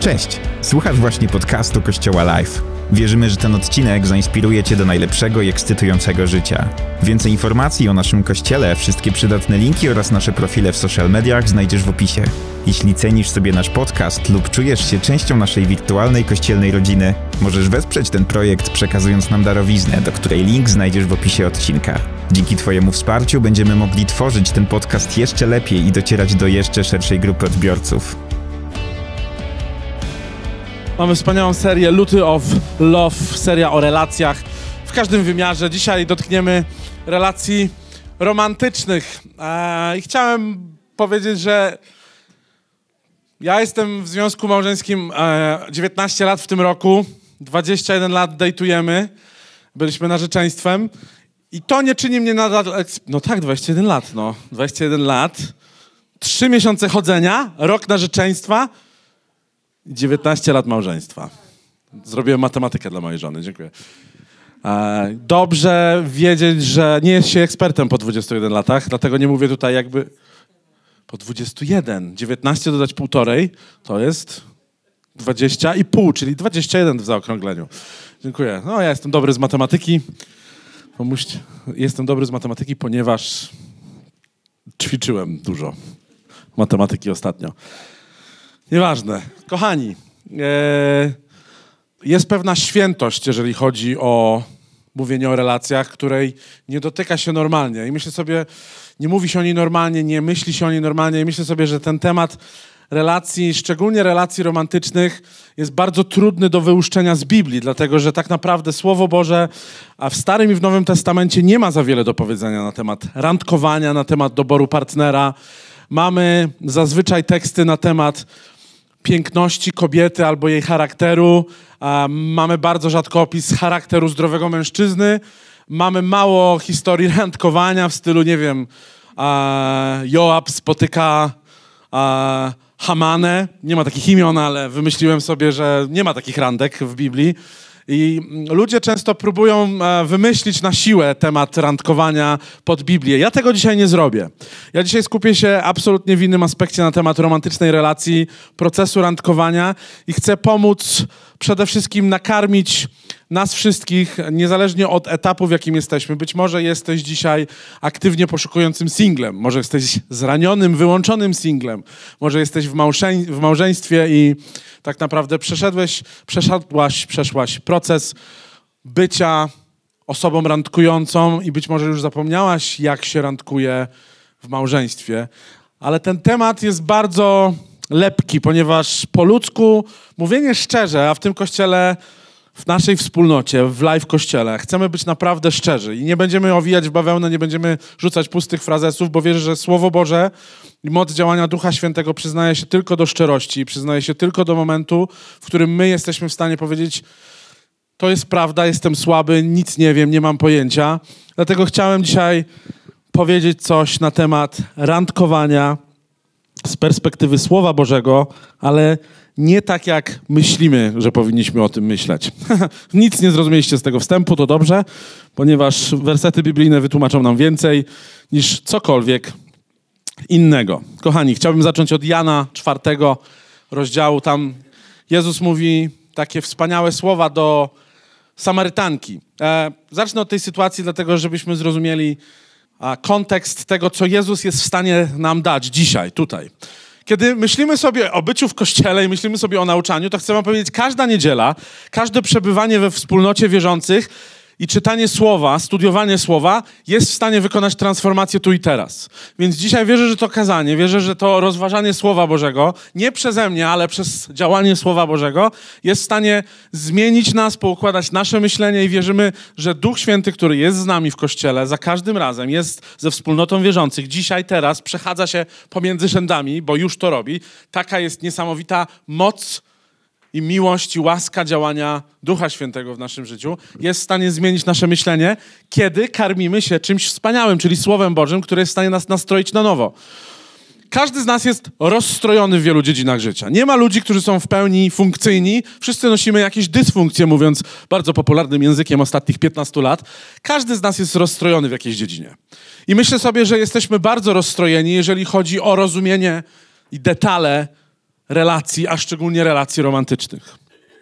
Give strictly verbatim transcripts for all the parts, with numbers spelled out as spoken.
Cześć! Słuchasz właśnie podcastu Kościoła Live. Wierzymy, że ten odcinek zainspiruje Cię do najlepszego i ekscytującego życia. Więcej informacji o naszym kościele, wszystkie przydatne linki oraz nasze profile w social mediach znajdziesz w opisie. Jeśli cenisz sobie nasz podcast lub czujesz się częścią naszej wirtualnej kościelnej rodziny, możesz wesprzeć ten projekt przekazując nam darowiznę, do której link znajdziesz w opisie odcinka. Dzięki Twojemu wsparciu będziemy mogli tworzyć ten podcast jeszcze lepiej i docierać do jeszcze szerszej grupy odbiorców. Mamy wspaniałą serię Luty of Love, seria o relacjach w każdym wymiarze. Dzisiaj dotkniemy relacji romantycznych. Eee, I chciałem powiedzieć, że ja jestem w związku małżeńskim e, dziewiętnaście lat w tym roku, dwadzieścia jeden lat dejtujemy, byliśmy narzeczeństwem i to nie czyni mnie nadal... No tak, dwadzieścia jeden lat, no. dwadzieścia jeden lat, trzy miesiące chodzenia, rok narzeczeństwa, dziewiętnaście lat małżeństwa. Zrobiłem matematykę dla mojej żony, dziękuję. E, dobrze wiedzieć, że nie jest się ekspertem po dwudziestu jeden latach, dlatego nie mówię tutaj jakby... Po dwudziestu jeden, dziewiętnaście dodać półtorej, to jest dwadzieścia i pół, czyli dwadzieścia jeden w zaokrągleniu. Dziękuję. No ja jestem dobry z matematyki. Pomóżcie. Jestem dobry z matematyki, ponieważ ćwiczyłem dużo matematyki ostatnio. Nieważne. Kochani, e, jest pewna świętość, jeżeli chodzi o mówienie o relacjach, której nie dotyka się normalnie. I myślę sobie, nie mówi się o niej normalnie, nie myśli się o niej normalnie. I myślę sobie, że ten temat relacji, szczególnie relacji romantycznych, jest bardzo trudny do wyłuszczenia z Biblii, dlatego że tak naprawdę Słowo Boże, a w Starym i w Nowym Testamencie nie ma za wiele do powiedzenia na temat randkowania, na temat doboru partnera. Mamy zazwyczaj teksty na temat piękności kobiety albo jej charakteru. Mamy bardzo rzadko opis charakteru zdrowego mężczyzny. Mamy mało historii randkowania w stylu, nie wiem, Joab spotyka Hamanę. Nie ma takich imion, ale wymyśliłem sobie, że nie ma takich randek w Biblii. I ludzie często próbują wymyślić na siłę temat randkowania pod Biblię. Ja tego dzisiaj nie zrobię. Ja dzisiaj skupię się absolutnie w innym aspekcie na temat romantycznej relacji, procesu randkowania i chcę pomóc przede wszystkim nakarmić nas wszystkich, niezależnie od etapu, w jakim jesteśmy. Być może jesteś dzisiaj aktywnie poszukującym singlem, może jesteś zranionym, wyłączonym singlem, może jesteś w, małżeń- w małżeństwie i tak naprawdę przeszedłeś, przeszedłaś, przeszłaś proces bycia osobą randkującą i być może już zapomniałaś, jak się randkuje w małżeństwie. Ale ten temat jest bardzo lepki, ponieważ po ludzku, mówienie szczerze, a w tym kościele, w naszej wspólnocie, w live kościele, chcemy być naprawdę szczerzy i nie będziemy owijać w bawełnę, nie będziemy rzucać pustych frazesów, bo wierzę, że Słowo Boże i moc działania Ducha Świętego przyznaje się tylko do szczerości, przyznaje się tylko do momentu, w którym my jesteśmy w stanie powiedzieć: to jest prawda, jestem słaby, nic nie wiem, nie mam pojęcia. Dlatego chciałem dzisiaj powiedzieć coś na temat randkowania z perspektywy Słowa Bożego, ale nie tak, jak myślimy, że powinniśmy o tym myśleć. Nic nie zrozumieliście z tego wstępu, to dobrze, ponieważ wersety biblijne wytłumaczą nam więcej niż cokolwiek innego. Kochani, chciałbym zacząć od Jana czwartego rozdziału. Tam Jezus mówi takie wspaniałe słowa do Samarytanki. E, zacznę od tej sytuacji, dlatego żebyśmy zrozumieli a, kontekst tego, co Jezus jest w stanie nam dać dzisiaj, tutaj. Kiedy myślimy sobie o byciu w kościele i myślimy sobie o nauczaniu, to chcę wam powiedzieć, każda niedziela, każde przebywanie we wspólnocie wierzących i czytanie słowa, studiowanie słowa jest w stanie wykonać transformację tu i teraz. Więc dzisiaj wierzę, że to kazanie, wierzę, że to rozważanie Słowa Bożego, nie przeze mnie, ale przez działanie Słowa Bożego, jest w stanie zmienić nas, poukładać nasze myślenie i wierzymy, że Duch Święty, który jest z nami w Kościele, za każdym razem jest ze wspólnotą wierzących, dzisiaj, teraz przechadza się pomiędzy rzędami, bo już to robi. Taka jest niesamowita moc i miłość i łaska działania Ducha Świętego w naszym życiu jest w stanie zmienić nasze myślenie, kiedy karmimy się czymś wspaniałym, czyli Słowem Bożym, które jest w stanie nas nastroić na nowo. Każdy z nas jest rozstrojony w wielu dziedzinach życia. Nie ma ludzi, którzy są w pełni funkcyjni. Wszyscy nosimy jakieś dysfunkcje, mówiąc bardzo popularnym językiem ostatnich piętnastu lat. Każdy z nas jest rozstrojony w jakiejś dziedzinie. I myślę sobie, że jesteśmy bardzo rozstrojeni, jeżeli chodzi o rozumienie i detale relacji, a szczególnie relacji romantycznych.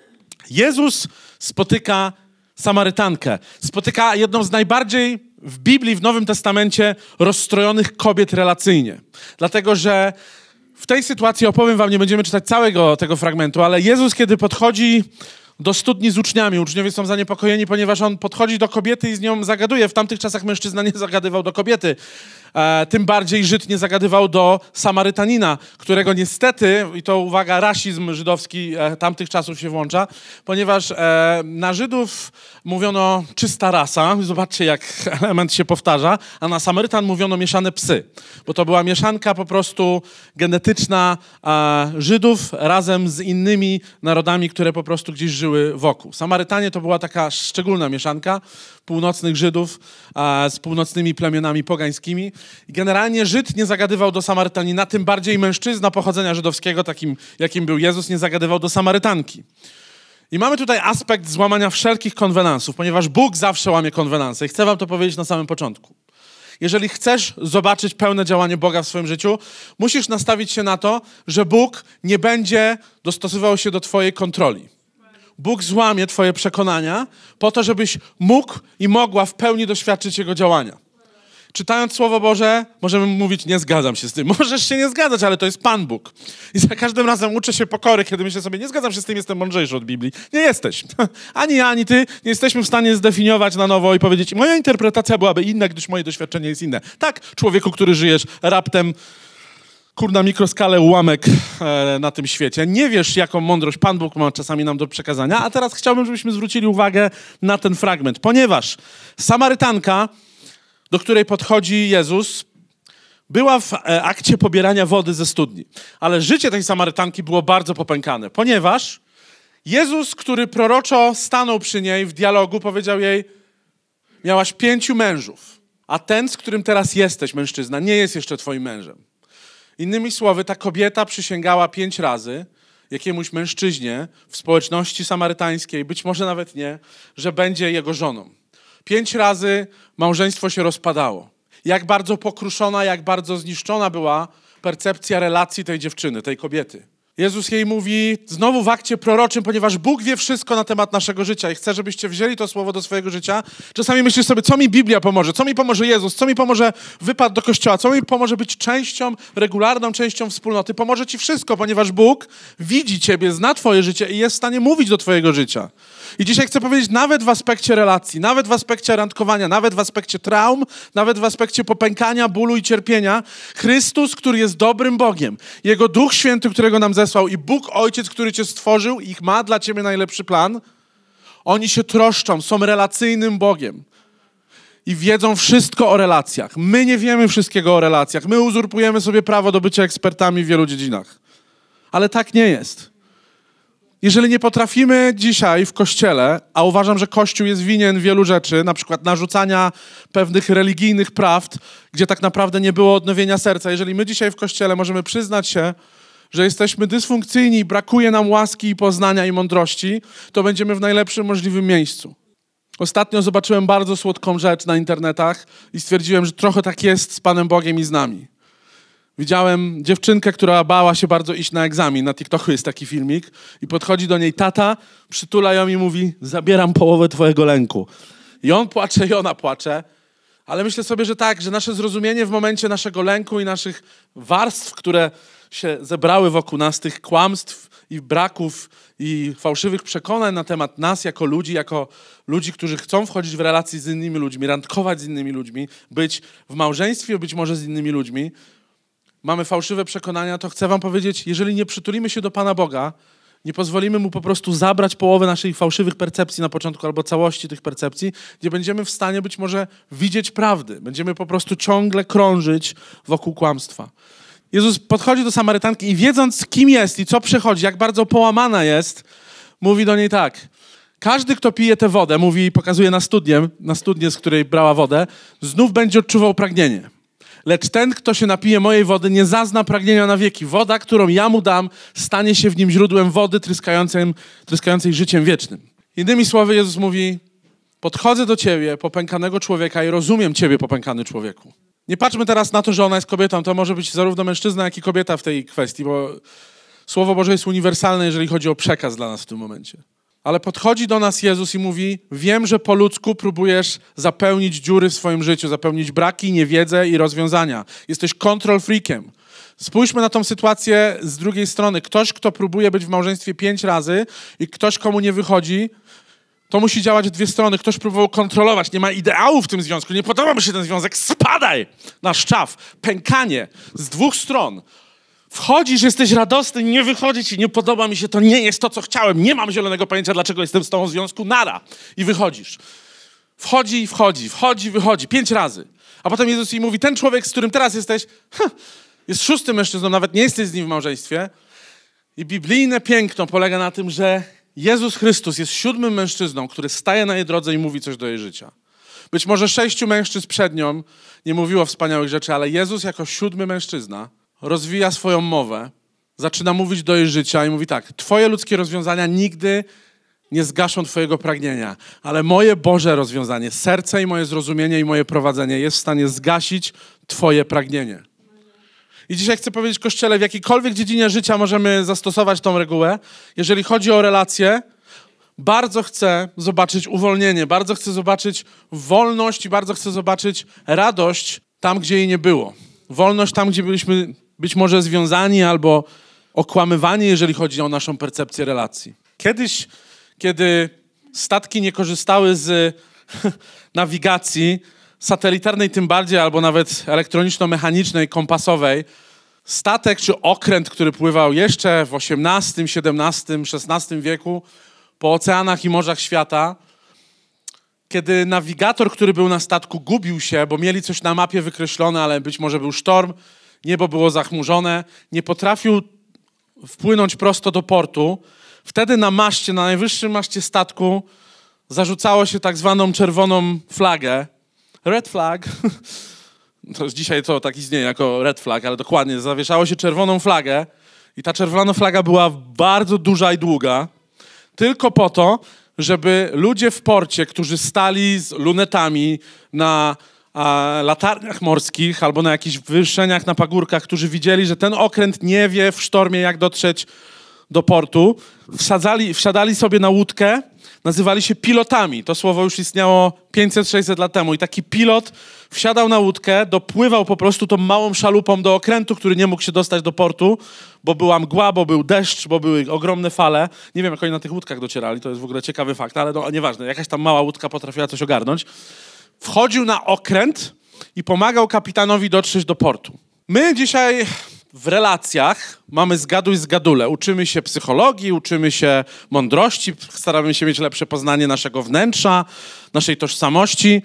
Jezus spotyka Samarytankę. Spotyka jedną z najbardziej w Biblii, w Nowym Testamencie rozstrojonych kobiet relacyjnie. Dlatego, że w tej sytuacji opowiem wam, nie będziemy czytać całego tego fragmentu, ale Jezus, kiedy podchodzi do studni z uczniami, uczniowie są zaniepokojeni, ponieważ on podchodzi do kobiety i z nią zagaduje. W tamtych czasach mężczyzna nie zagadywał do kobiety. E, tym bardziej Żyd nie zagadywał do Samarytanina, którego niestety, i to uwaga, rasizm żydowski e, tamtych czasów się włącza, ponieważ e, na Żydów mówiono czysta rasa, zobaczcie jak element się powtarza, a na Samarytan mówiono mieszane psy, bo to była mieszanka po prostu genetyczna e, Żydów razem z innymi narodami, które po prostu gdzieś żyły wokół. Samarytanie to była taka szczególna mieszanka północnych Żydów e, z północnymi plemionami pogańskimi. I generalnie Żyd nie zagadywał do Samarytanina, tym bardziej mężczyzna pochodzenia żydowskiego, takim jakim był Jezus, nie zagadywał do Samarytanki. I mamy tutaj aspekt złamania wszelkich konwenansów, ponieważ Bóg zawsze łamie konwenanse. I chcę wam to powiedzieć na samym początku. Jeżeli chcesz zobaczyć pełne działanie Boga w swoim życiu, musisz nastawić się na to, że Bóg nie będzie dostosowywał się do twojej kontroli. Bóg złamie twoje przekonania po to, żebyś mógł i mogła w pełni doświadczyć Jego działania. Czytając Słowo Boże, możemy mówić, nie zgadzam się z tym. Możesz się nie zgadzać, ale to jest Pan Bóg. I za każdym razem uczę się pokory, kiedy myślę sobie, nie zgadzam się z tym, jestem mądrzejszy od Biblii. Nie jesteś. Ani ja, ani ty nie jesteśmy w stanie zdefiniować na nowo i powiedzieć, moja interpretacja byłaby inna, gdyż moje doświadczenie jest inne. Tak, człowieku, który żyjesz raptem, kurna mikroskalę ułamek e, na tym świecie. Nie wiesz, jaką mądrość Pan Bóg ma czasami nam do przekazania, a teraz chciałbym, żebyśmy zwrócili uwagę na ten fragment, ponieważ Samarytanka, do której podchodzi Jezus, była w e, akcie pobierania wody ze studni. Ale życie tej Samarytanki było bardzo popękane, ponieważ Jezus, który proroczo stanął przy niej w dialogu, powiedział jej, miałaś pięciu mężów, a ten, z którym teraz jesteś, mężczyzna, nie jest jeszcze twoim mężem. Innymi słowy, ta kobieta przysięgała pięć razy jakiemuś mężczyźnie w społeczności samarytańskiej, być może nawet nie, że będzie jego żoną. Pięć razy małżeństwo się rozpadało. Jak bardzo pokruszona, jak bardzo zniszczona była percepcja relacji tej dziewczyny, tej kobiety. Jezus jej mówi znowu w akcie proroczym, ponieważ Bóg wie wszystko na temat naszego życia i chce, żebyście wzięli to słowo do swojego życia. Czasami myślisz sobie, co mi Biblia pomoże, co mi pomoże Jezus, co mi pomoże wypad do kościoła, co mi pomoże być częścią, regularną częścią wspólnoty. Pomoże ci wszystko, ponieważ Bóg widzi ciebie, zna twoje życie i jest w stanie mówić do twojego życia. I dzisiaj chcę powiedzieć, nawet w aspekcie relacji, nawet w aspekcie randkowania, nawet w aspekcie traum, nawet w aspekcie popękania, bólu i cierpienia, Chrystus, który jest dobrym Bogiem, Jego Duch Święty, którego nam zesłał i Bóg Ojciec, który cię stworzył i ma dla ciebie najlepszy plan, oni się troszczą, są relacyjnym Bogiem i wiedzą wszystko o relacjach. My nie wiemy wszystkiego o relacjach. My uzurpujemy sobie prawo do bycia ekspertami w wielu dziedzinach. Ale tak nie jest. Jeżeli nie potrafimy dzisiaj w Kościele, a uważam, że Kościół jest winien wielu rzeczy, na przykład narzucania pewnych religijnych prawd, gdzie tak naprawdę nie było odnowienia serca. Jeżeli my dzisiaj w Kościele możemy przyznać się, że jesteśmy dysfunkcyjni i brakuje nam łaski i poznania i mądrości, to będziemy w najlepszym możliwym miejscu. Ostatnio zobaczyłem bardzo słodką rzecz na internetach i stwierdziłem, że trochę tak jest z Panem Bogiem i z nami. Widziałem dziewczynkę, która bała się bardzo iść na egzamin. Na TikToku jest taki filmik i podchodzi do niej tata, przytula ją i mówi, zabieram połowę twojego lęku. I on płacze i ona płacze, ale myślę sobie, że tak, że nasze zrozumienie w momencie naszego lęku i naszych warstw, które się zebrały wokół nas, tych kłamstw i braków i fałszywych przekonań na temat nas jako ludzi, jako ludzi, którzy chcą wchodzić w relacje z innymi ludźmi, randkować z innymi ludźmi, być w małżeństwie, być może z innymi ludźmi, mamy fałszywe przekonania, to chcę wam powiedzieć, jeżeli nie przytulimy się do Pana Boga, nie pozwolimy Mu po prostu zabrać połowę naszych fałszywych percepcji na początku albo całości tych percepcji, nie będziemy w stanie być może widzieć prawdy. Będziemy po prostu ciągle krążyć wokół kłamstwa. Jezus podchodzi do Samarytanki i wiedząc, kim jest i co przechodzi, jak bardzo połamana jest, mówi do niej tak. Każdy, kto pije tę wodę, mówi, pokazuje na studnię, na studnię, z której brała wodę, znów będzie odczuwał pragnienie. Lecz ten, kto się napije mojej wody, nie zazna pragnienia na wieki. Woda, którą ja mu dam, stanie się w nim źródłem wody tryskającej, tryskającej życiem wiecznym. Innymi słowy, Jezus mówi, podchodzę do ciebie, popękanego człowieka i rozumiem ciebie, popękany człowieku. Nie patrzmy teraz na to, że ona jest kobietą. To może być zarówno mężczyzna, jak i kobieta w tej kwestii, bo Słowo Boże jest uniwersalne, jeżeli chodzi o przekaz dla nas w tym momencie. Ale podchodzi do nas Jezus i mówi, wiem, że po ludzku próbujesz zapełnić dziury w swoim życiu, zapełnić braki, niewiedzę i rozwiązania. Jesteś control freakiem. Spójrzmy na tą sytuację z drugiej strony. Ktoś, kto próbuje być w małżeństwie pięć razy i ktoś, komu nie wychodzi, to musi działać w dwie strony. Ktoś próbował kontrolować, nie ma ideału w tym związku, nie podoba mi się ten związek, spadaj na szczaw, pękanie z dwóch stron. Wchodzisz, jesteś radosny, nie wychodzi ci, nie podoba mi się, to nie jest to, co chciałem, nie mam zielonego pojęcia, dlaczego jestem z tobą w związku, nara. I wychodzisz. Wchodzi i wchodzi, wchodzi, wychodzi, pięć razy. A potem Jezus jej mówi, ten człowiek, z którym teraz jesteś, huh, jest szóstym mężczyzną, nawet nie jesteś z nim w małżeństwie. I biblijne piękno polega na tym, że Jezus Chrystus jest siódmym mężczyzną, który staje na jej drodze i mówi coś do jej życia. Być może sześciu mężczyzn przed nią nie mówiło wspaniałych rzeczy, ale Jezus jako siódmy mężczyzna rozwija swoją mowę, zaczyna mówić do jej życia i mówi tak, twoje ludzkie rozwiązania nigdy nie zgaszą twojego pragnienia, ale moje Boże rozwiązanie, serce i moje zrozumienie i moje prowadzenie jest w stanie zgasić twoje pragnienie. I dzisiaj chcę powiedzieć Kościele, w jakiejkolwiek dziedzinie życia możemy zastosować tą regułę. Jeżeli chodzi o relacje, bardzo chcę zobaczyć uwolnienie, bardzo chcę zobaczyć wolność i bardzo chcę zobaczyć radość tam, gdzie jej nie było. Wolność tam, gdzie byliśmy być może związani albo okłamywani, jeżeli chodzi o naszą percepcję relacji. Kiedyś, kiedy statki nie korzystały z nawigacji, satelitarnej tym bardziej, albo nawet elektroniczno-mechanicznej, kompasowej, statek czy okręt, który pływał jeszcze w osiemnastym, siedemnastym, szesnastym wieku po oceanach i morzach świata, kiedy nawigator, który był na statku, gubił się, bo mieli coś na mapie wykreślone, ale być może był sztorm, niebo było zachmurzone, nie potrafił wpłynąć prosto do portu, wtedy na maszcie, na najwyższym maszcie statku zarzucało się tak zwaną czerwoną flagę, red flag, to dzisiaj to tak istnieje jako red flag, ale dokładnie, zawieszało się czerwoną flagę i ta czerwona flaga była bardzo duża i długa, tylko po to, żeby ludzie w porcie, którzy stali z lunetami na a, latarniach morskich albo na jakichś wywyższeniach na pagórkach, którzy widzieli, że ten okręt nie wie w sztormie, jak dotrzeć do portu, wsadzali, wsiadali sobie na łódkę, nazywali się pilotami. To słowo już istniało pięćset sześćset lat temu. I taki pilot wsiadał na łódkę, dopływał po prostu tą małą szalupą do okrętu, który nie mógł się dostać do portu, bo była mgła, bo był deszcz, bo były ogromne fale. Nie wiem, jak oni na tych łódkach docierali, to jest w ogóle ciekawy fakt, ale no, nieważne. Jakaś tam mała łódka potrafiła coś ogarnąć. Wchodził na okręt i pomagał kapitanowi dotrzeć do portu. My dzisiaj w relacjach mamy zgaduj zgadule. Uczymy się psychologii, uczymy się mądrości, staramy się mieć lepsze poznanie naszego wnętrza, naszej tożsamości.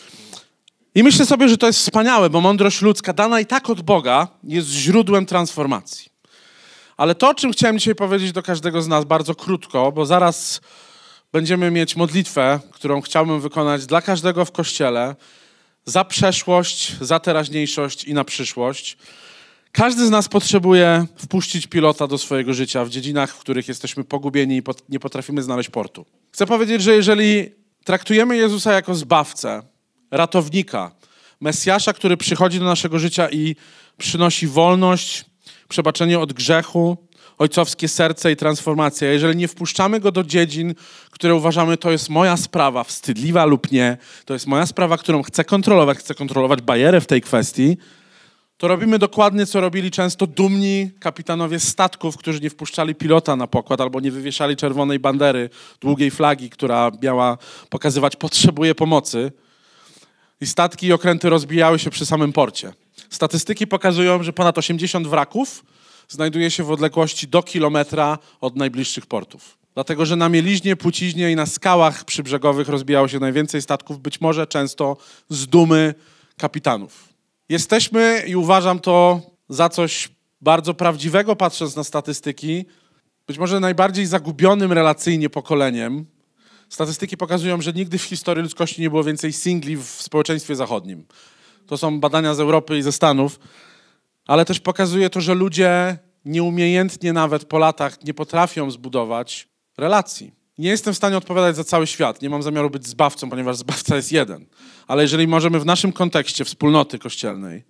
I myślę sobie, że to jest wspaniałe, bo mądrość ludzka dana i tak od Boga jest źródłem transformacji. Ale to, o czym chciałem dzisiaj powiedzieć do każdego z nas bardzo krótko, bo zaraz będziemy mieć modlitwę, którą chciałbym wykonać dla każdego w Kościele, za przeszłość, za teraźniejszość i na przyszłość. Każdy z nas potrzebuje wpuścić pilota do swojego życia w dziedzinach, w których jesteśmy pogubieni i nie potrafimy znaleźć portu. Chcę powiedzieć, że jeżeli traktujemy Jezusa jako zbawcę, ratownika, Mesjasza, który przychodzi do naszego życia i przynosi wolność, przebaczenie od grzechu, ojcowskie serce i transformację. Jeżeli nie wpuszczamy Go do dziedzin, które uważamy, to jest moja sprawa, wstydliwa lub nie, to jest moja sprawa, którą chcę kontrolować, chcę kontrolować barierę w tej kwestii, to robimy dokładnie, co robili często dumni kapitanowie statków, którzy nie wpuszczali pilota na pokład albo nie wywieszali czerwonej bandery, długiej flagi, która miała pokazywać potrzebuje pomocy. I statki i okręty rozbijały się przy samym porcie. Statystyki pokazują, że ponad osiemdziesiąt wraków znajduje się w odległości do kilometra od najbliższych portów. Dlatego, że na mieliźnie, płciźnie i na skałach przybrzegowych rozbijało się najwięcej statków, być może często z dumy kapitanów. Jesteśmy, i uważam to za coś bardzo prawdziwego, patrząc na statystyki, być może najbardziej zagubionym relacyjnie pokoleniem. Statystyki pokazują, że nigdy w historii ludzkości nie było więcej singli w społeczeństwie zachodnim. To są badania z Europy i ze Stanów, ale też pokazuje to, że ludzie nieumiejętnie nawet po latach nie potrafią zbudować relacji. Nie jestem w stanie odpowiadać za cały świat. Nie mam zamiaru być zbawcą, ponieważ zbawca jest jeden. Ale jeżeli możemy w naszym kontekście wspólnoty kościelnej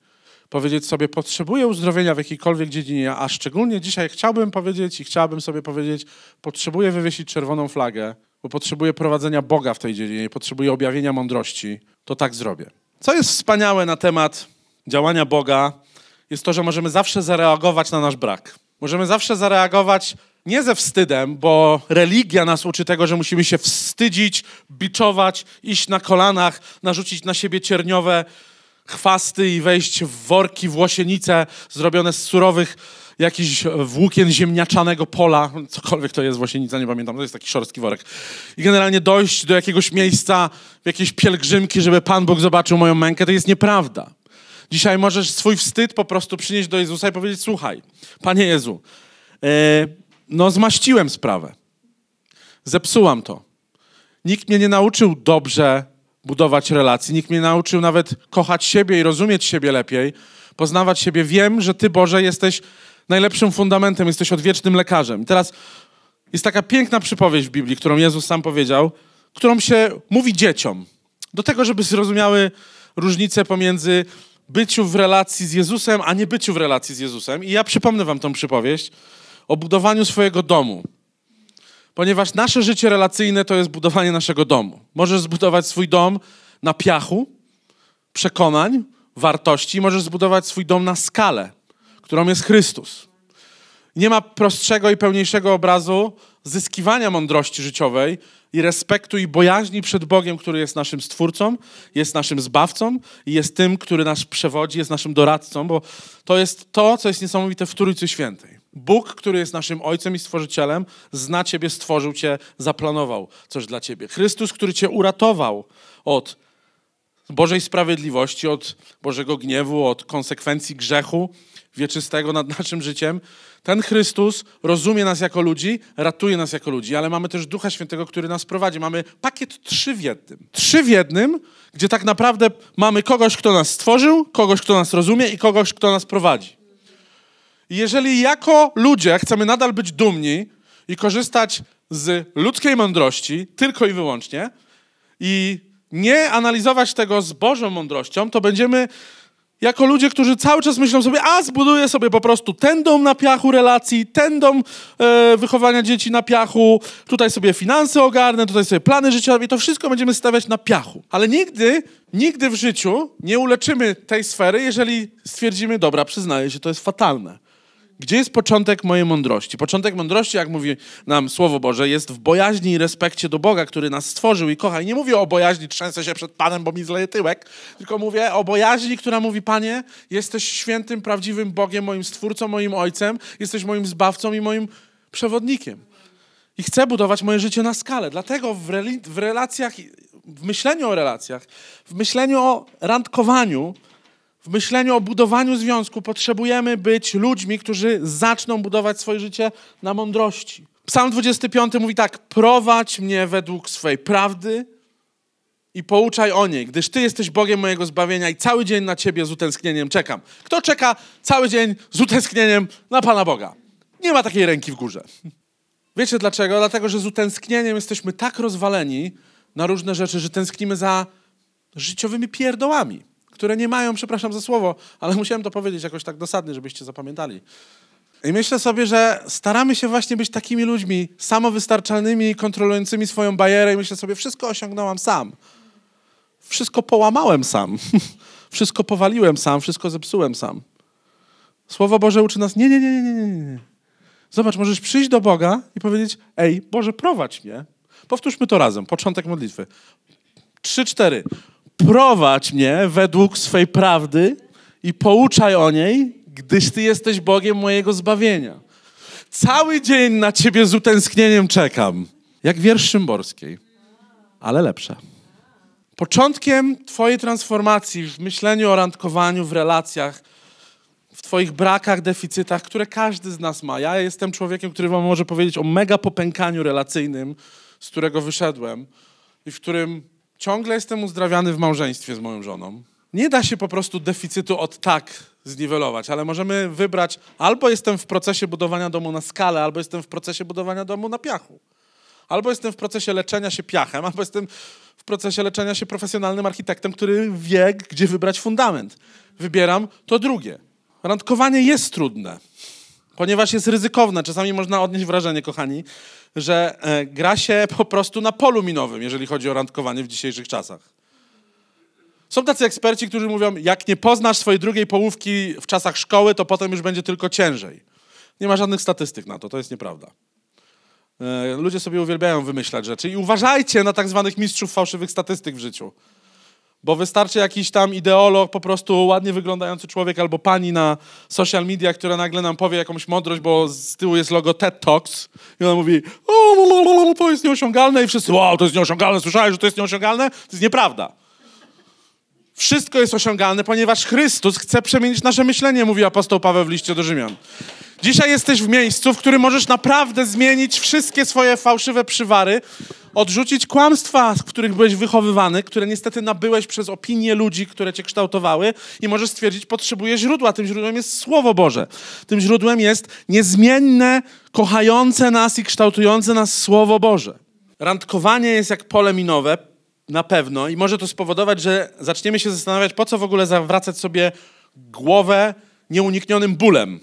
powiedzieć sobie, potrzebuję uzdrowienia w jakiejkolwiek dziedzinie, a szczególnie dzisiaj chciałbym powiedzieć i chciałabym sobie powiedzieć, potrzebuję wywiesić czerwoną flagę, bo potrzebuję prowadzenia Boga w tej dziedzinie, potrzebuję objawienia mądrości, to tak zrobię. Co jest wspaniałe na temat działania Boga, jest to, że możemy zawsze zareagować na nasz brak. Możemy zawsze zareagować nie ze wstydem, bo religia nas uczy tego, że musimy się wstydzić, biczować, iść na kolanach, narzucić na siebie cierniowe chwasty i wejść w worki, włosienice zrobione z surowych jakichś włókien ziemniaczanego pola, cokolwiek to jest włosienica, nie pamiętam, to jest taki szorstki worek. I generalnie dojść do jakiegoś miejsca, w jakiejś pielgrzymki, żeby Pan Bóg zobaczył moją mękę, to jest nieprawda. Dzisiaj możesz swój wstyd po prostu przynieść do Jezusa i powiedzieć, słuchaj, Panie Jezu, yy, no zmaściłem sprawę, zepsułam to. Nikt mnie nie nauczył dobrze budować relacji, nikt mnie nauczył nawet kochać siebie i rozumieć siebie lepiej, poznawać siebie. Wiem, że Ty, Boże, jesteś najlepszym fundamentem, jesteś odwiecznym lekarzem. I teraz jest taka piękna przypowieść w Biblii, którą Jezus sam powiedział, którą się mówi dzieciom, do tego, żeby zrozumiały różnicę pomiędzy byciu w relacji z Jezusem, a nie byciu w relacji z Jezusem. I ja przypomnę wam tą przypowieść o budowaniu swojego domu. Ponieważ nasze życie relacyjne to jest budowanie naszego domu. Możesz zbudować swój dom na piachu przekonań, wartości. Możesz zbudować swój dom na skalę, którą jest Chrystus. Nie ma prostszego i pełniejszego obrazu zyskiwania mądrości życiowej i respektu i bojaźni przed Bogiem, który jest naszym Stwórcą, jest naszym Zbawcą i jest tym, który nas przewodzi, jest naszym doradcą, bo to jest to, co jest niesamowite w Trójcy Świętej. Bóg, który jest naszym Ojcem i Stworzycielem, zna Ciebie, stworzył Cię, zaplanował coś dla Ciebie. Chrystus, który Cię uratował od Bożej sprawiedliwości, od Bożego gniewu, od konsekwencji grzechu wieczystego nad naszym życiem. Ten Chrystus rozumie nas jako ludzi, ratuje nas jako ludzi, ale mamy też Ducha Świętego, który nas prowadzi. Mamy pakiet trzy w jednym. Trzy w jednym, gdzie tak naprawdę mamy kogoś, kto nas stworzył, kogoś, kto nas rozumie i kogoś, kto nas prowadzi. I jeżeli jako ludzie chcemy nadal być dumni i korzystać z ludzkiej mądrości tylko i wyłącznie i nie analizować tego z Bożą mądrością, to będziemy jako ludzie, którzy cały czas myślą sobie, a zbuduję sobie po prostu ten dom na piachu relacji, ten dom e, wychowania dzieci na piachu, tutaj sobie finanse ogarnę, tutaj sobie plany życiowe i to wszystko będziemy stawiać na piachu. Ale nigdy, nigdy w życiu nie uleczymy tej sfery, jeżeli stwierdzimy, dobra, przyznaję się, to jest fatalne. Gdzie jest początek mojej mądrości? Początek mądrości, jak mówi nam Słowo Boże, jest w bojaźni i respekcie do Boga, który nas stworzył i kocha. I nie mówię o bojaźni, trzęsę się przed Panem, bo mi zleje tyłek, tylko mówię o bojaźni, która mówi, Panie, jesteś świętym, prawdziwym Bogiem, moim Stwórcą, moim Ojcem, jesteś moim Zbawcą i moim przewodnikiem. I chcę budować moje życie na skalę. Dlatego w, reli- w relacjach, w myśleniu o relacjach, w myśleniu o randkowaniu, w myśleniu o budowaniu związku potrzebujemy być ludźmi, którzy zaczną budować swoje życie na mądrości. Psalm dwudziesty piąty mówi tak, prowadź mnie według swej prawdy i pouczaj o niej, gdyż Ty jesteś Bogiem mojego zbawienia i cały dzień na Ciebie z utęsknieniem czekam. Kto czeka cały dzień z utęsknieniem na Pana Boga? Nie ma takiej ręki w górze. Wiecie dlaczego? Dlatego, że z utęsknieniem jesteśmy tak rozwaleni na różne rzeczy, że tęsknimy za życiowymi pierdołami, które nie mają, przepraszam za słowo, ale musiałem to powiedzieć jakoś tak dosadnie, żebyście zapamiętali. I myślę sobie, że staramy się właśnie być takimi ludźmi samowystarczalnymi, kontrolującymi swoją bajerę i myślę sobie, wszystko osiągnąłem sam. Wszystko połamałem sam. Wszystko powaliłem sam, wszystko zepsułem sam. Słowo Boże uczy nas, nie, nie, nie, nie, nie, nie. Zobacz, możesz przyjść do Boga i powiedzieć, ej, Boże, prowadź mnie. Powtórzmy to razem, początek modlitwy. Trzy, cztery. Prowadź mnie według swej prawdy i pouczaj o niej, gdyż Ty jesteś Bogiem mojego zbawienia. Cały dzień na Ciebie z utęsknieniem czekam. Jak wiersz Szymborskiej, ale lepsze. Początkiem Twojej transformacji w myśleniu o randkowaniu, w relacjach, w Twoich brakach, deficytach, które każdy z nas ma. Ja jestem człowiekiem, który wam może powiedzieć o mega popękaniu relacyjnym, z którego wyszedłem i w którym ciągle jestem uzdrawiany w małżeństwie z moją żoną. Nie da się po prostu deficytu od tak zniwelować, ale możemy wybrać albo jestem w procesie budowania domu na skalę, albo jestem w procesie budowania domu na piachu. Albo jestem w procesie leczenia się piachem, albo jestem w procesie leczenia się profesjonalnym architektem, który wie, gdzie wybrać fundament. Wybieram to drugie. Randkowanie jest trudne, ponieważ jest ryzykowne. Czasami można odnieść wrażenie, kochani, że e, gra się po prostu na polu minowym, jeżeli chodzi o randkowanie w dzisiejszych czasach. Są tacy eksperci, którzy mówią, jak nie poznasz swojej drugiej połówki w czasach szkoły, to potem już będzie tylko ciężej. Nie ma żadnych statystyk na to, to jest nieprawda. E, ludzie sobie uwielbiają wymyślać rzeczy i uważajcie na tak zwanych mistrzów fałszywych statystyk w życiu. Bo wystarczy jakiś tam ideolog, po prostu ładnie wyglądający człowiek albo pani na social media, która nagle nam powie jakąś mądrość, bo z tyłu jest logo TED Talks i ona mówi, o, to jest nieosiągalne i wszyscy, wow, to jest nieosiągalne, słyszałeś, że to jest nieosiągalne? To jest nieprawda. Wszystko jest osiągalne, ponieważ Chrystus chce przemienić nasze myślenie, mówi apostoł Paweł w liście do Rzymian. Dzisiaj jesteś w miejscu, w którym możesz naprawdę zmienić wszystkie swoje fałszywe przywary, odrzucić kłamstwa, w których byłeś wychowywany, które niestety nabyłeś przez opinie ludzi, które cię kształtowały i możesz stwierdzić, potrzebuję źródła. Tym źródłem jest Słowo Boże. Tym źródłem jest niezmienne, kochające nas i kształtujące nas Słowo Boże. Randkowanie jest jak pole minowe, na pewno, i może to spowodować, że zaczniemy się zastanawiać, po co w ogóle zawracać sobie głowę nieuniknionym bólem.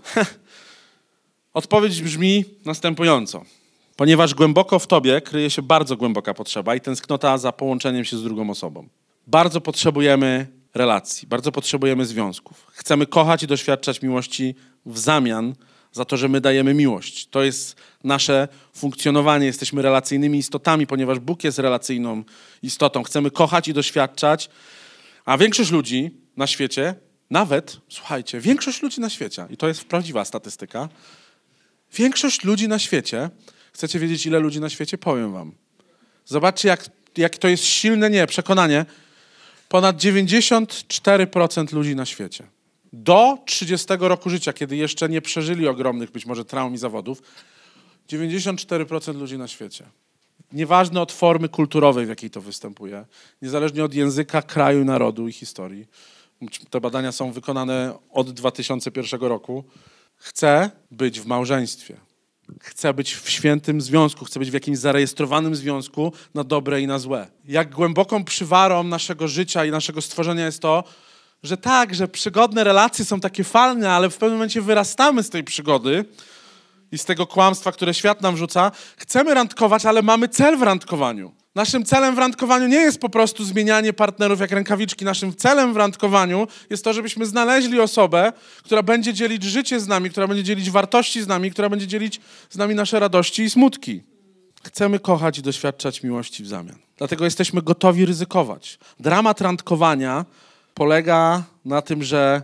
Odpowiedź brzmi następująco. Ponieważ głęboko w tobie kryje się bardzo głęboka potrzeba i tęsknota za połączeniem się z drugą osobą. Bardzo potrzebujemy relacji, bardzo potrzebujemy związków. Chcemy kochać i doświadczać miłości w zamian za to, że my dajemy miłość. To jest nasze funkcjonowanie. Jesteśmy relacyjnymi istotami, ponieważ Bóg jest relacyjną istotą. Chcemy kochać i doświadczać, a większość ludzi na świecie, nawet, słuchajcie, większość ludzi na świecie, i to jest prawdziwa statystyka, większość ludzi na świecie, chcecie wiedzieć, ile ludzi na świecie? Powiem wam. Zobaczcie, jak, jak to jest silne, nie, przekonanie. Ponad dziewięćdziesiąt cztery procent ludzi na świecie. Do trzydziestego roku życia, kiedy jeszcze nie przeżyli ogromnych być może traum i zawodów, dziewięćdziesiąt cztery procent ludzi na świecie. Nieważne od formy kulturowej, w jakiej to występuje, niezależnie od języka, kraju, narodu i historii. Te badania są wykonane od dwa tysiące pierwszego roku. Chce być w małżeństwie. Chce być w świętym związku, chce być w jakimś zarejestrowanym związku na dobre i na złe. Jak głęboką przywarą naszego życia i naszego stworzenia jest to, że tak, że przygodne relacje są takie fajne, ale w pewnym momencie wyrastamy z tej przygody i z tego kłamstwa, które świat nam rzuca. Chcemy randkować, ale mamy cel w randkowaniu. Naszym celem w randkowaniu nie jest po prostu zmienianie partnerów jak rękawiczki. Naszym celem w randkowaniu jest to, żebyśmy znaleźli osobę, która będzie dzielić życie z nami, która będzie dzielić wartości z nami, która będzie dzielić z nami nasze radości i smutki. Chcemy kochać i doświadczać miłości w zamian. Dlatego jesteśmy gotowi ryzykować. Dramat randkowania polega na tym, że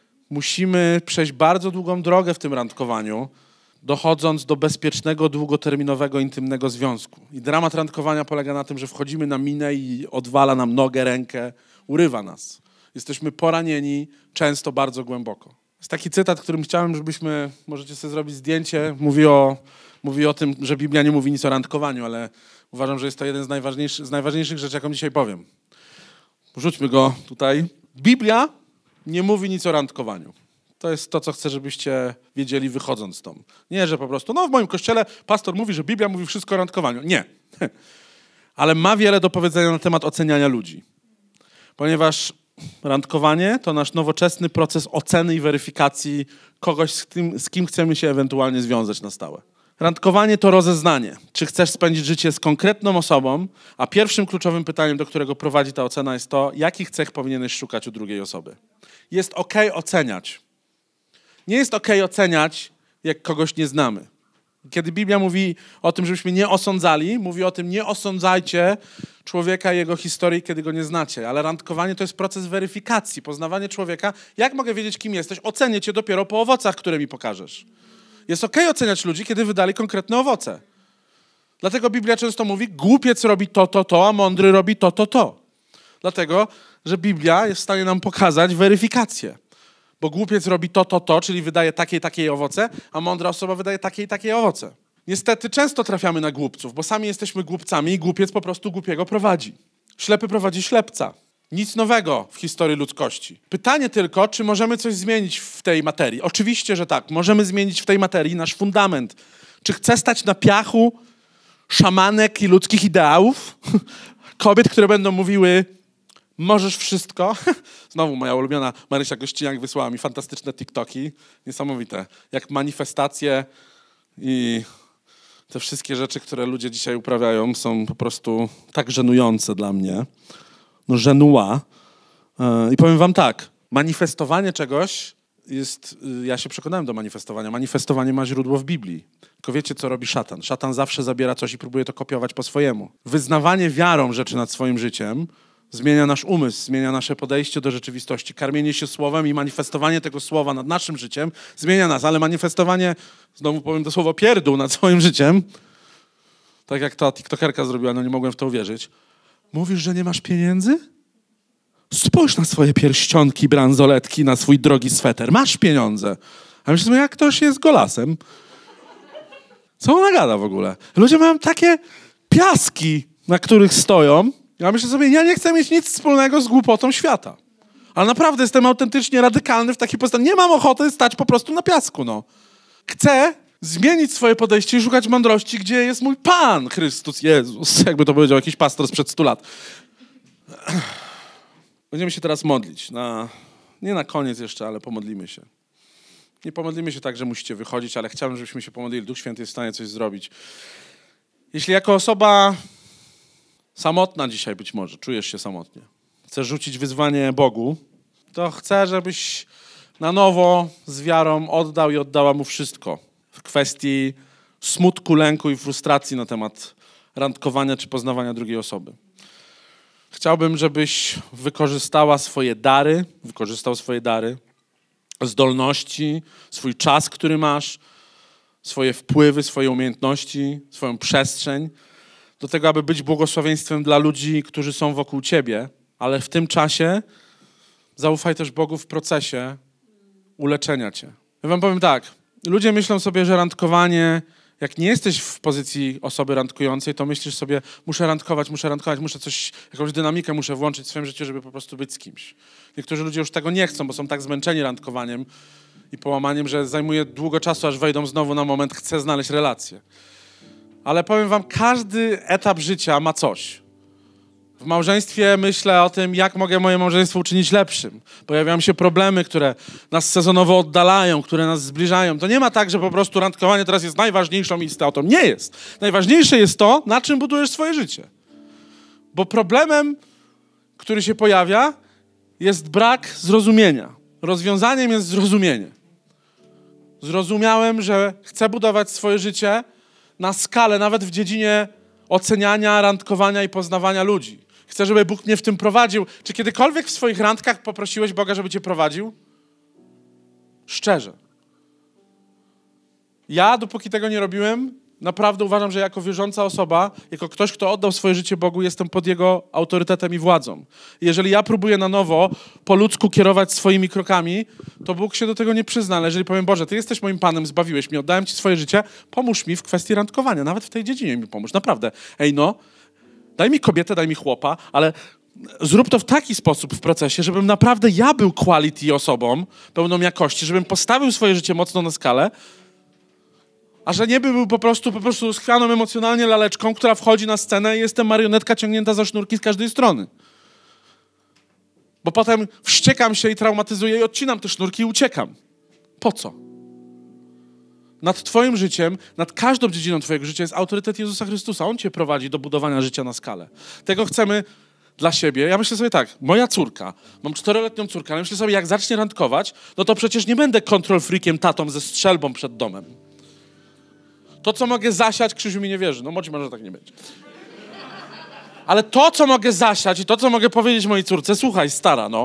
musimy przejść bardzo długą drogę w tym randkowaniu, dochodząc do bezpiecznego, długoterminowego, intymnego związku. I dramat randkowania polega na tym, że wchodzimy na minę i odwala nam nogę, rękę, urywa nas. Jesteśmy poranieni, często bardzo głęboko. Jest taki cytat, którym chciałem, żebyśmy, możecie sobie zrobić zdjęcie, mówi o, mówi o tym, że Biblia nie mówi nic o randkowaniu, ale uważam, że jest to jeden z najważniejszych, z najważniejszych rzeczy, jaką dzisiaj powiem. Rzućmy go tutaj. Biblia nie mówi nic o randkowaniu. To jest to, co chcę, żebyście wiedzieli, wychodząc stąd. Nie, że po prostu, no w moim kościele pastor mówi, że Biblia mówi wszystko o randkowaniu. Nie. Ale ma wiele do powiedzenia na temat oceniania ludzi. Ponieważ randkowanie to nasz nowoczesny proces oceny i weryfikacji kogoś, z kim, z kim chcemy się ewentualnie związać na stałe. Randkowanie to rozeznanie. Czy chcesz spędzić życie z konkretną osobą, a pierwszym kluczowym pytaniem, do którego prowadzi ta ocena, jest to, jakich cech powinieneś szukać u drugiej osoby. Jest okej oceniać. Nie jest okej oceniać, jak kogoś nie znamy. Kiedy Biblia mówi o tym, żebyśmy nie osądzali, mówi o tym, nie osądzajcie człowieka i jego historii, kiedy go nie znacie. Ale randkowanie to jest proces weryfikacji, poznawanie człowieka. Jak mogę wiedzieć, kim jesteś? Ocenię cię dopiero po owocach, które mi pokażesz. Jest okej oceniać ludzi, kiedy wydali konkretne owoce. Dlatego Biblia często mówi, głupiec robi to, to, to, a mądry robi to, to, to. Dlatego, że Biblia jest w stanie nam pokazać weryfikację. Bo głupiec robi to, to, to, czyli wydaje takie i takie owoce, a mądra osoba wydaje takie i takie owoce. Niestety często trafiamy na głupców, bo sami jesteśmy głupcami i głupiec po prostu głupiego prowadzi. Ślepy prowadzi ślepca. Nic nowego w historii ludzkości. Pytanie tylko, czy możemy coś zmienić w tej materii. Oczywiście, że tak. Możemy zmienić w tej materii nasz fundament. Czy chcę stać na piachu szamanek i ludzkich ideałów? Kobiet, które będą mówiły, możesz wszystko. Znowu moja ulubiona Marysia Gościniak wysłała mi fantastyczne TikToki. Niesamowite. Jak manifestacje i te wszystkie rzeczy, które ludzie dzisiaj uprawiają, są po prostu tak żenujące dla mnie. No żenua. I powiem wam tak, manifestowanie czegoś jest, ja się przekonałem do manifestowania. Manifestowanie ma źródło w Biblii. Tylko wiecie, co robi szatan? Szatan zawsze zabiera coś i próbuje to kopiować po swojemu. Wyznawanie wiarą rzeczy nad swoim życiem zmienia nasz umysł, zmienia nasze podejście do rzeczywistości. Karmienie się słowem i manifestowanie tego słowa nad naszym życiem zmienia nas, ale manifestowanie, znowu powiem to słowo pierdół nad swoim życiem, tak jak ta tiktokerka zrobiła, no nie mogłem w to uwierzyć. Mówisz, że nie masz pieniędzy? Spójrz na swoje pierścionki, bransoletki, na swój drogi sweter. Masz pieniądze. A myślę sobie, jak ktoś jest golasem. Co ona gada w ogóle? Ludzie mają takie piaski, na których stoją. Ja myślę sobie, ja nie chcę mieć nic wspólnego z głupotą świata. Ale naprawdę jestem autentycznie radykalny w takiej postaci. Nie mam ochoty stać po prostu na piasku, no. Chcę zmienić swoje podejście i szukać mądrości, gdzie jest mój Pan Chrystus Jezus. Jakby to powiedział jakiś pastor sprzed stu lat. Będziemy się teraz modlić. Na, nie na koniec jeszcze, ale pomodlimy się. Nie pomodlimy się tak, że musicie wychodzić, ale chciałbym, żebyśmy się pomodlili. Duch Święty jest w stanie coś zrobić. Jeśli jako osoba samotna dzisiaj być może, czujesz się samotnie, chcesz rzucić wyzwanie Bogu, to chcę, żebyś na nowo z wiarą oddał i oddała Mu wszystko w kwestii smutku, lęku i frustracji na temat randkowania czy poznawania drugiej osoby. Chciałbym, żebyś wykorzystała swoje dary, wykorzystał swoje dary, zdolności, swój czas, który masz, swoje wpływy, swoje umiejętności, swoją przestrzeń do tego, aby być błogosławieństwem dla ludzi, którzy są wokół ciebie, ale w tym czasie zaufaj też Bogu w procesie uleczenia cię. Ja wam powiem tak, ludzie myślą sobie, że randkowanie, jak nie jesteś w pozycji osoby randkującej, to myślisz sobie, muszę randkować, muszę randkować, muszę coś, jakąś dynamikę muszę włączyć w swoim życiu, żeby po prostu być z kimś. Niektórzy ludzie już tego nie chcą, bo są tak zmęczeni randkowaniem i połamaniem, że zajmuje długo czasu, aż wejdą znowu na moment, chcę znaleźć relację. Ale powiem wam, każdy etap życia ma coś. W małżeństwie myślę o tym, jak mogę moje małżeństwo uczynić lepszym. Pojawiają się problemy, które nas sezonowo oddalają, które nas zbliżają. To nie ma tak, że po prostu randkowanie teraz jest najważniejszą istotą. Nie jest. Najważniejsze jest to, na czym budujesz swoje życie. Bo problemem, który się pojawia, jest brak zrozumienia. Rozwiązaniem jest zrozumienie. Zrozumiałem, że chcę budować swoje życie na skalę, nawet w dziedzinie oceniania, randkowania i poznawania ludzi. Chcę, żeby Bóg mnie w tym prowadził. Czy kiedykolwiek w swoich randkach poprosiłeś Boga, żeby cię prowadził? Szczerze. Ja, dopóki tego nie robiłem, naprawdę uważam, że jako wierząca osoba, jako ktoś, kto oddał swoje życie Bogu, jestem pod Jego autorytetem i władzą. I jeżeli ja próbuję na nowo po ludzku kierować swoimi krokami, to Bóg się do tego nie przyzna. Ale jeżeli powiem, Boże, Ty jesteś moim Panem, zbawiłeś mnie, oddałem Ci swoje życie, pomóż mi w kwestii randkowania. Nawet w tej dziedzinie mi pomóż. Naprawdę. Ej no, daj mi kobietę, daj mi chłopa, ale zrób to w taki sposób w procesie, żebym naprawdę ja był quality osobą, pełną jakości, żebym postawił swoje życie mocno na skalę, a że nie był po prostu, po prostu schwianą emocjonalnie laleczką, która wchodzi na scenę i jestem marionetka ciągnięta za sznurki z każdej strony. Bo potem wściekam się i traumatyzuję i odcinam te sznurki i uciekam. Po co? Nad twoim życiem, nad każdą dziedziną twojego życia jest autorytet Jezusa Chrystusa. On cię prowadzi do budowania życia na skalę. Tego chcemy dla siebie. Ja myślę sobie tak, moja córka, mam czteroletnią córkę, ale myślę sobie, jak zacznie randkować, no to przecież nie będę control freakiem tatą ze strzelbą przed domem. To, co mogę zasiać, Krzysiu mi nie wierzy. No może tak nie będzie. Ale to, co mogę zasiać i to, co mogę powiedzieć mojej córce, słuchaj, stara, no.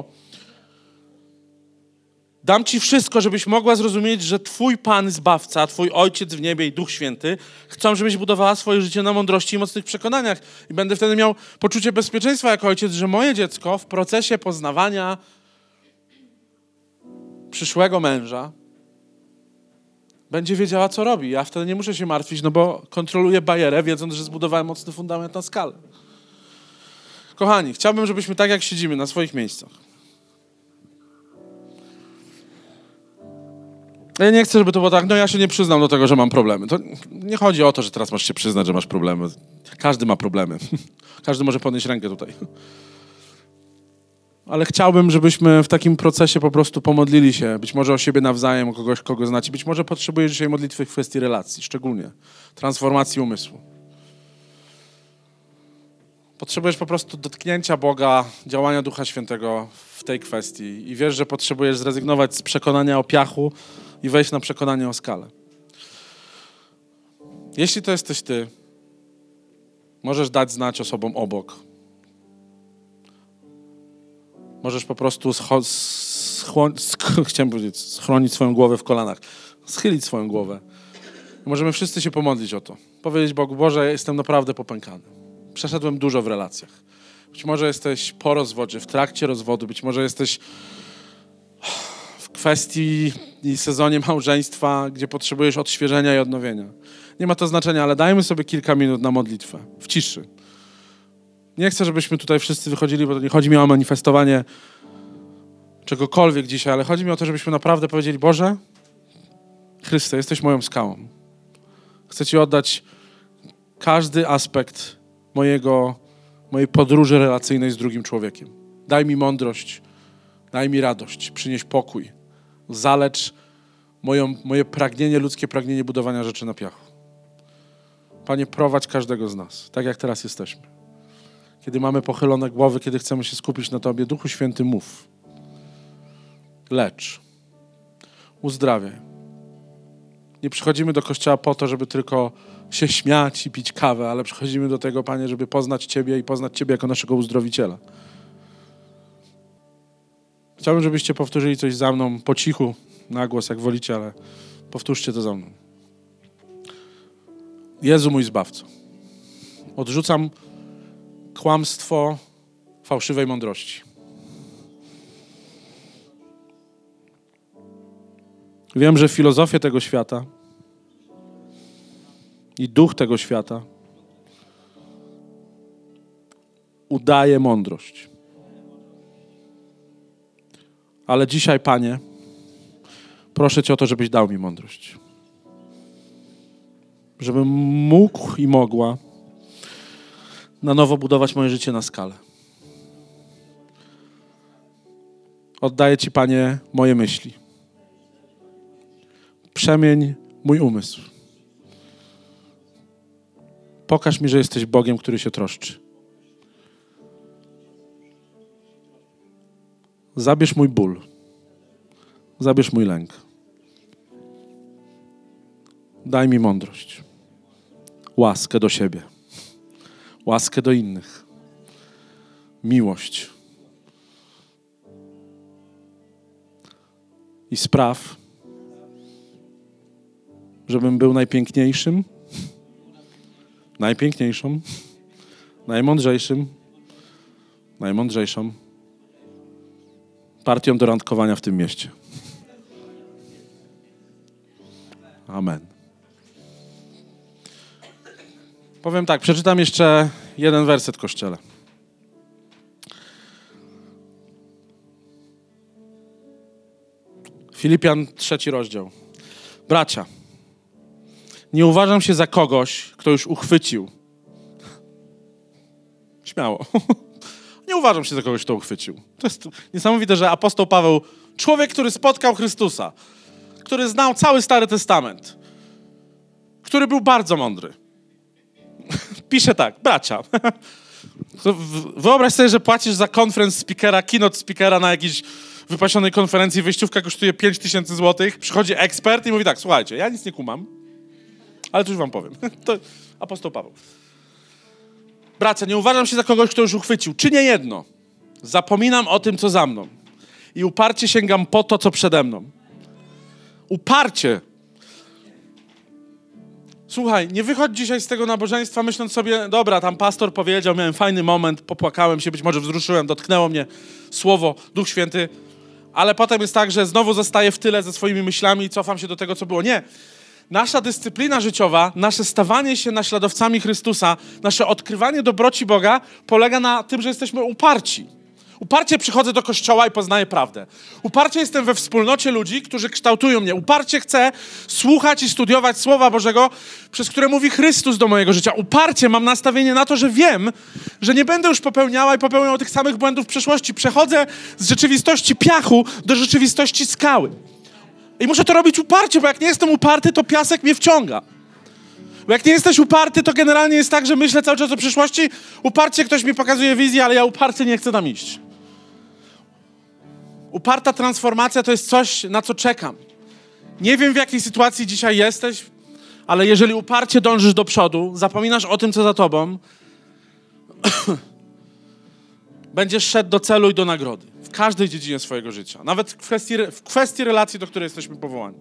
Dam ci wszystko, żebyś mogła zrozumieć, że twój Pan Zbawca, twój Ojciec w niebie i Duch Święty chcą, żebyś budowała swoje życie na mądrości i mocnych przekonaniach. I będę wtedy miał poczucie bezpieczeństwa jako ojciec, że moje dziecko w procesie poznawania przyszłego męża będzie wiedziała, co robi. Ja wtedy nie muszę się martwić, no bo kontroluję barierę, wiedząc, że zbudowałem mocny fundament na skalę. Kochani, chciałbym, żebyśmy tak jak siedzimy na swoich miejscach. Ja nie chcę, żeby to było tak, no ja się nie przyznam do tego, że mam problemy. To nie chodzi o to, że teraz masz się przyznać, że masz problemy. Każdy ma problemy. Każdy może podnieść rękę tutaj. Ale chciałbym, żebyśmy w takim procesie po prostu pomodlili się. Być może o siebie nawzajem, o kogoś, kogo znacie. Być może potrzebujesz dzisiaj modlitwy w kwestii relacji, szczególnie transformacji umysłu. Potrzebujesz po prostu dotknięcia Boga, działania Ducha Świętego w tej kwestii i wiesz, że potrzebujesz zrezygnować z przekonania o piachu i wejść na przekonanie o skale. Jeśli to jesteś ty, możesz dać znać osobom obok. Możesz po prostu scho- schło- sch- chciałem powiedzieć, schronić swoją głowę w kolanach, schylić swoją głowę. Możemy wszyscy się pomodlić o to. Powiedzieć Bogu, Boże, ja jestem naprawdę popękany. Przeszedłem dużo w relacjach. Być może jesteś po rozwodzie, w trakcie rozwodu, być może jesteś w kwestii i sezonie małżeństwa, gdzie potrzebujesz odświeżenia i odnowienia. Nie ma to znaczenia, ale dajmy sobie kilka minut na modlitwę, w ciszy. Nie chcę, żebyśmy tutaj wszyscy wychodzili, bo to nie chodzi mi o manifestowanie czegokolwiek dzisiaj, ale chodzi mi o to, żebyśmy naprawdę powiedzieli, Boże, Chryste, jesteś moją skałą. Chcę Ci oddać każdy aspekt mojego, mojej podróży relacyjnej z drugim człowiekiem. Daj mi mądrość, daj mi radość, przynieś pokój. Zalecz moją, moje pragnienie, ludzkie pragnienie budowania rzeczy na piachu. Panie, prowadź każdego z nas, tak jak teraz jesteśmy. Kiedy mamy pochylone głowy, kiedy chcemy się skupić na Tobie, Duchu Święty, mów. Lecz. Uzdrawiaj. Nie przychodzimy do Kościoła po to, żeby tylko się śmiać i pić kawę, ale przychodzimy do tego, Panie, żeby poznać Ciebie i poznać Ciebie jako naszego uzdrowiciela. Chciałbym, żebyście powtórzyli coś za mną po cichu, na głos, jak wolicie, ale powtórzcie to za mną. Jezu mój Zbawco, odrzucam kłamstwo fałszywej mądrości. Wiem, że filozofię tego świata i duch tego świata udaje mądrość. Ale dzisiaj, Panie, proszę Cię o to, żebyś dał mi mądrość. Żebym mógł i mogła na nowo budować moje życie na skalę. Oddaję Ci, Panie, moje myśli. Przemień mój umysł. Pokaż mi, że jesteś Bogiem, który się troszczy. Zabierz mój ból. Zabierz mój lęk. Daj mi mądrość. Łaskę do siebie. Łaskę do innych. Miłość. I spraw, żebym był najpiękniejszym, najpiękniejszą, najmądrzejszym, najmądrzejszą partią do randkowania w tym mieście. Amen. Powiem tak, przeczytam jeszcze jeden werset, Kościele. Filipian, trzeci rozdział. Bracia, nie uważam się za kogoś, kto już uchwycił. Śmiało. Nie uważam się za kogoś, kto uchwycił. To jest niesamowite, że apostoł Paweł, człowiek, który spotkał Chrystusa, który znał cały Stary Testament, który był bardzo mądry. Pisze tak, bracia. Wyobraź sobie, że płacisz za conference speakera, keynote speakera na jakiejś wypasionej konferencji, wyjściówka kosztuje pięć tysięcy złotych, przychodzi ekspert i mówi tak, słuchajcie, ja nic nie kumam, ale to już wam powiem. To apostoł Paweł. Bracia, nie uważam się za kogoś, kto już uchwycił. Czynię jedno. Zapominam o tym, co za mną. I uparcie sięgam po to, co przede mną. Uparcie. Słuchaj, nie wychodź dzisiaj z tego nabożeństwa myśląc sobie, dobra, tam pastor powiedział, miałem fajny moment, popłakałem się, być może wzruszyłem, dotknęło mnie słowo, Duch Święty, ale potem jest tak, że znowu zostaję w tyle ze swoimi myślami i cofam się do tego, co było. Nie. Nasza dyscyplina życiowa, nasze stawanie się naśladowcami Chrystusa, nasze odkrywanie dobroci Boga polega na tym, że jesteśmy uparci. Uparcie przychodzę do kościoła i poznaję prawdę. Uparcie jestem we wspólnocie ludzi, którzy kształtują mnie. Uparcie chcę słuchać i studiować Słowa Bożego, przez które mówi Chrystus do mojego życia. Uparcie mam nastawienie na to, że wiem, że nie będę już popełniała i popełniał tych samych błędów w przeszłości. Przechodzę z rzeczywistości piachu do rzeczywistości skały. I muszę to robić uparcie, bo jak nie jestem uparty, to piasek mnie wciąga. Bo jak nie jesteś uparty, to generalnie jest tak, że myślę cały czas o przyszłości. Uparcie ktoś mi pokazuje wizję, ale ja uparty nie chcę tam iść. Uparta transformacja to jest coś, na co czekam. Nie wiem, w jakiej sytuacji dzisiaj jesteś, ale jeżeli uparcie dążysz do przodu, zapominasz o tym, co za tobą, będziesz szedł do celu i do nagrody. W każdej dziedzinie swojego życia. Nawet w kwestii, w kwestii relacji, do której jesteśmy powołani.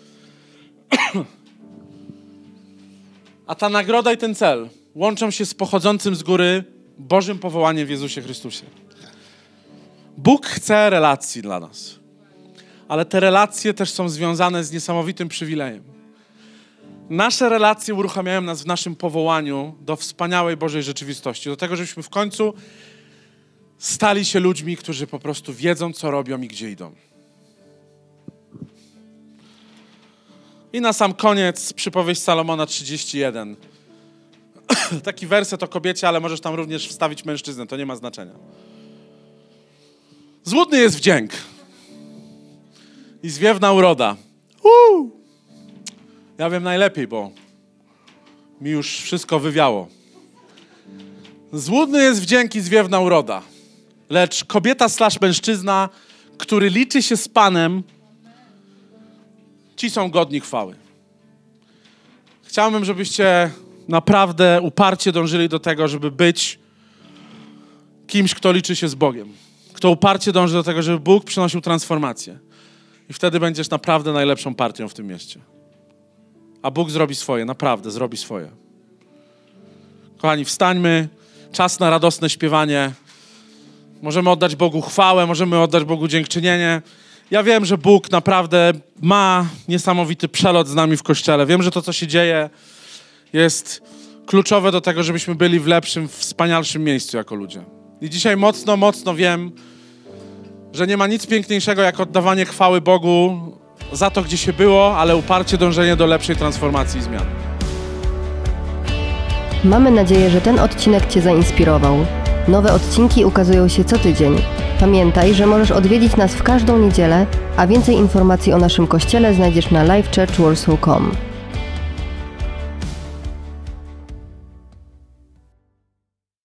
A ta nagroda i ten cel łączą się z pochodzącym z góry Bożym powołaniem w Jezusie Chrystusie. Bóg chce relacji dla nas. Ale te relacje też są związane z niesamowitym przywilejem. Nasze relacje uruchamiają nas w naszym powołaniu do wspaniałej Bożej rzeczywistości. Do tego, żebyśmy w końcu stali się ludźmi, którzy po prostu wiedzą, co robią i gdzie idą. I na sam koniec przypowieść Salomona trzydzieści jeden. Taki werset o kobiecie, ale możesz tam również wstawić mężczyznę, to nie ma znaczenia. Złudny jest wdzięk i zwiewna uroda. Uu! Ja wiem najlepiej, bo mi już wszystko wywiało. Złudny jest wdzięk i zwiewna uroda, lecz kobieta slash mężczyzna, który liczy się z Panem, ci są godni chwały. Chciałbym, żebyście naprawdę uparcie dążyli do tego, żeby być kimś, kto liczy się z Bogiem. Kto uparcie dąży do tego, żeby Bóg przynosił transformację. I wtedy będziesz naprawdę najlepszą partią w tym mieście. A Bóg zrobi swoje, naprawdę zrobi swoje. Kochani, wstańmy. Czas na radosne śpiewanie. Możemy oddać Bogu chwałę, możemy oddać Bogu dziękczynienie. Ja wiem, że Bóg naprawdę ma niesamowity przelot z nami w Kościele. Wiem, że to, co się dzieje, jest kluczowe do tego, żebyśmy byli w lepszym, wspanialszym miejscu jako ludzie. I dzisiaj mocno, mocno wiem, że nie ma nic piękniejszego jak oddawanie chwały Bogu za to, gdzie się było, ale uparcie dążenie do lepszej transformacji i zmian. Mamy nadzieję, że ten odcinek Cię zainspirował. Nowe odcinki ukazują się co tydzień. Pamiętaj, że możesz odwiedzić nas w każdą niedzielę, a więcej informacji o naszym kościele znajdziesz na live church warsaw kropka com.